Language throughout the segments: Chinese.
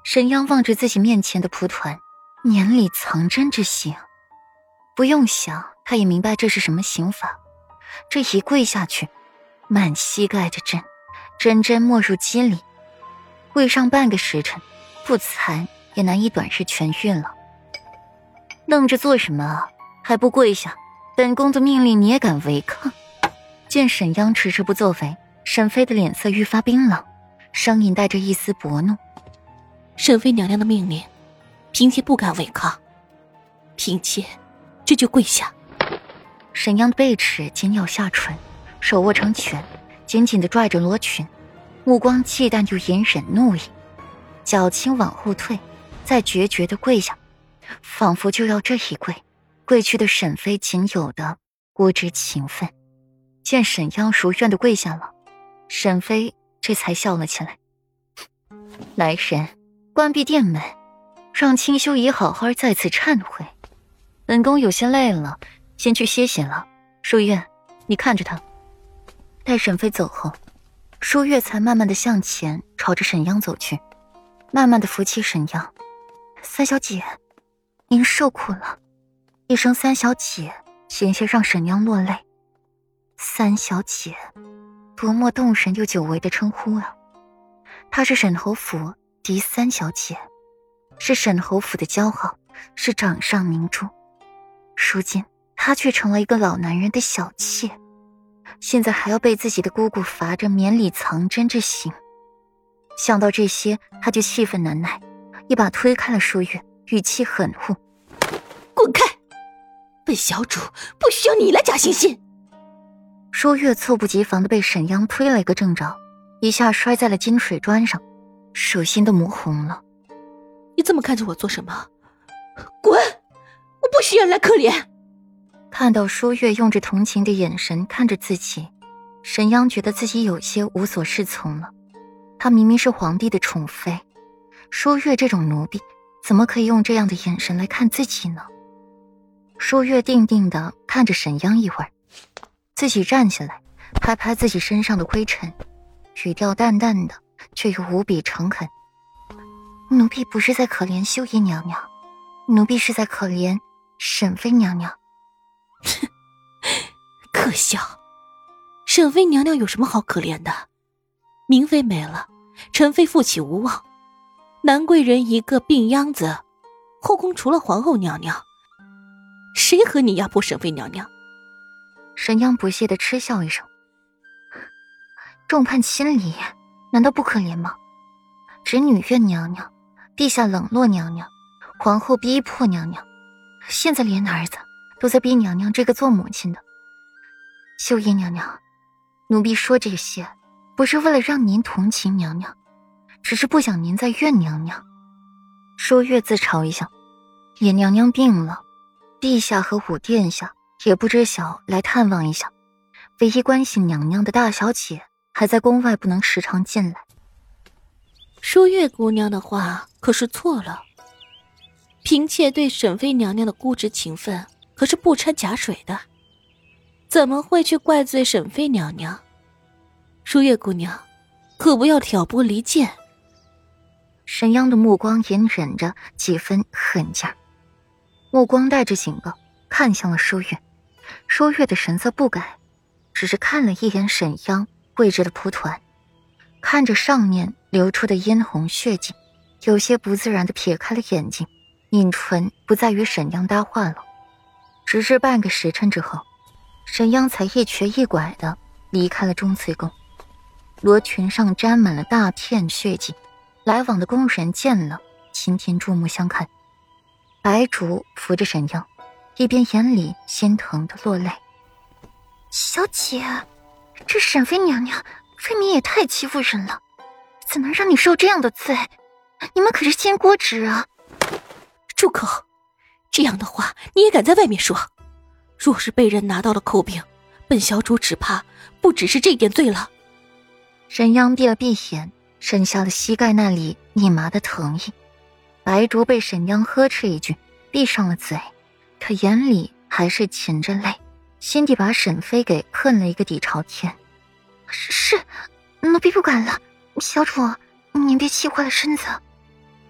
沈央望着自己面前的蒲团，年里藏针之刑。不用想，他也明白这是什么刑法。这一跪下去，满膝盖着针，针针没入肌里，跪上半个时辰，不残也难以短日痊愈了。愣着做什么？还不跪下！本宫的命令你也敢违抗？见沈央迟迟不作为，沈妃的脸色愈发冰冷，声音带着一丝薄怒： 沈妃娘娘的命令，嫔妾不敢违抗，嫔妾这就跪下。 沈央的背齿紧咬下唇，手握成拳，紧紧地拽着罗裙，目光忌惮又隐忍怒意，脚轻往后退，再决绝地跪下，仿佛就要这一跪去的沈妃仅有的无知情分。见沈央如愿地跪下了，沈妃这才笑了起来：来人，关闭殿门，让清修仪好好再次忏悔。本宫有些累了，先去歇歇了。舒月，你看着他。待沈妃走后，舒月才慢慢地向前，朝着沈央走去，慢慢地扶起沈央：三小姐，您受苦了。一声三小姐，险些让沈央落泪。三小姐，多么动人又久违的称呼啊！她是沈侯府嫡三小姐，是沈侯府的骄傲，是掌上明珠。如今她却成了一个老男人的小妾，现在还要被自己的姑姑罚着绵里藏针之刑。想到这些，她就气愤难耐，一把推开了舒月，语气狠护： 滚开！本小主不需要你来假惺惺。 舒月猝不及防地被沈央推了一个正着，一下摔在了金水砖上，手心都磨红了。 你这么看着我做什么？滚！我不需要你来可怜。 看到舒月用着同情的眼神看着自己，沈央觉得自己有些无所适从了。她明明是皇帝的宠妃，舒月这种奴婢怎么可以用这样的眼神来看自己呢？舒月定定地看着沈央一会儿，自己站起来，拍拍自己身上的灰尘，语调淡淡的，却又无比诚恳：奴婢不是在可怜秀姨娘娘，奴婢是在可怜沈妃娘娘。 可笑，沈妃娘娘有什么好可怜的？明妃没了，陈妃复起无望，南贵人一个病秧子，后宫除了皇后娘娘，谁和你压迫沈妃娘娘？ 沈央不屑地嗤笑一声：众叛亲离，难道不可怜吗？侄女怨娘娘，陛下冷落娘娘，皇后逼迫娘娘，现在连儿子都在逼娘娘这个做母亲的。秀姨娘娘，奴婢说这些不是为了让您同情娘娘，只是不想您再怨娘娘。舒月自嘲一笑：野娘娘病了，陛下和武殿下也不知晓来探望一下，唯一关心娘娘的大小姐还在宫外，不能时常进来。 舒月姑娘的话可是错了，嫔妾对沈妃娘娘的固执情分可是不掺假水的，怎么会去怪罪沈妃娘娘？舒月姑娘，可不要挑拨离间。 沈央的目光隐忍着几分狠劲儿，目光带着警告看向了舒月。舒月的神色不改，只是看了一眼沈央跪着的蒲团，看着上面流出的殷红血迹，有些不自然地撇开了眼睛，抿唇不再与沈央搭话了。直至半个时辰之后，沈央才一瘸一拐地离开了钟粹宫。罗裙上沾满了大片血迹，来往的宫人见了频频注目相看。白竹扶着沈央，一边眼里心疼的落泪：小姐，这沈妃娘娘未免也太欺负人了，怎能让你受这样的罪？你们可是监国职啊！ 住口！这样的话你也敢在外面说？若是被人拿到了口柄，本小主只怕不只是这点罪了。 沈央闭了闭眼，剩下了膝盖那里一麻的疼意。白竹被沈央呵斥一句，闭上了嘴，可眼里还是噙着泪，心底把沈妃给恨了一个底朝天。是，奴婢不敢了，小主您别气坏了身子。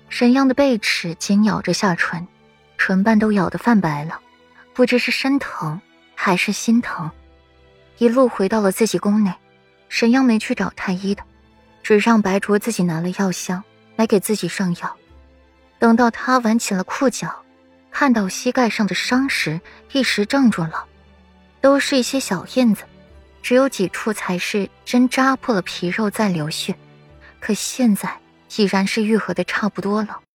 沈央的贝齿紧咬着下唇，唇瓣都咬得泛白了，不知是身疼还是心疼。一路回到了自己宫内，沈央没去找太医的，只让白灼自己拿了药箱来给自己上药。等到他挽起了裤脚，看到膝盖上的伤时，一时怔住了。都是一些小印子，只有几处才是针扎破了皮肉在流血，可现在已然是愈合的差不多了。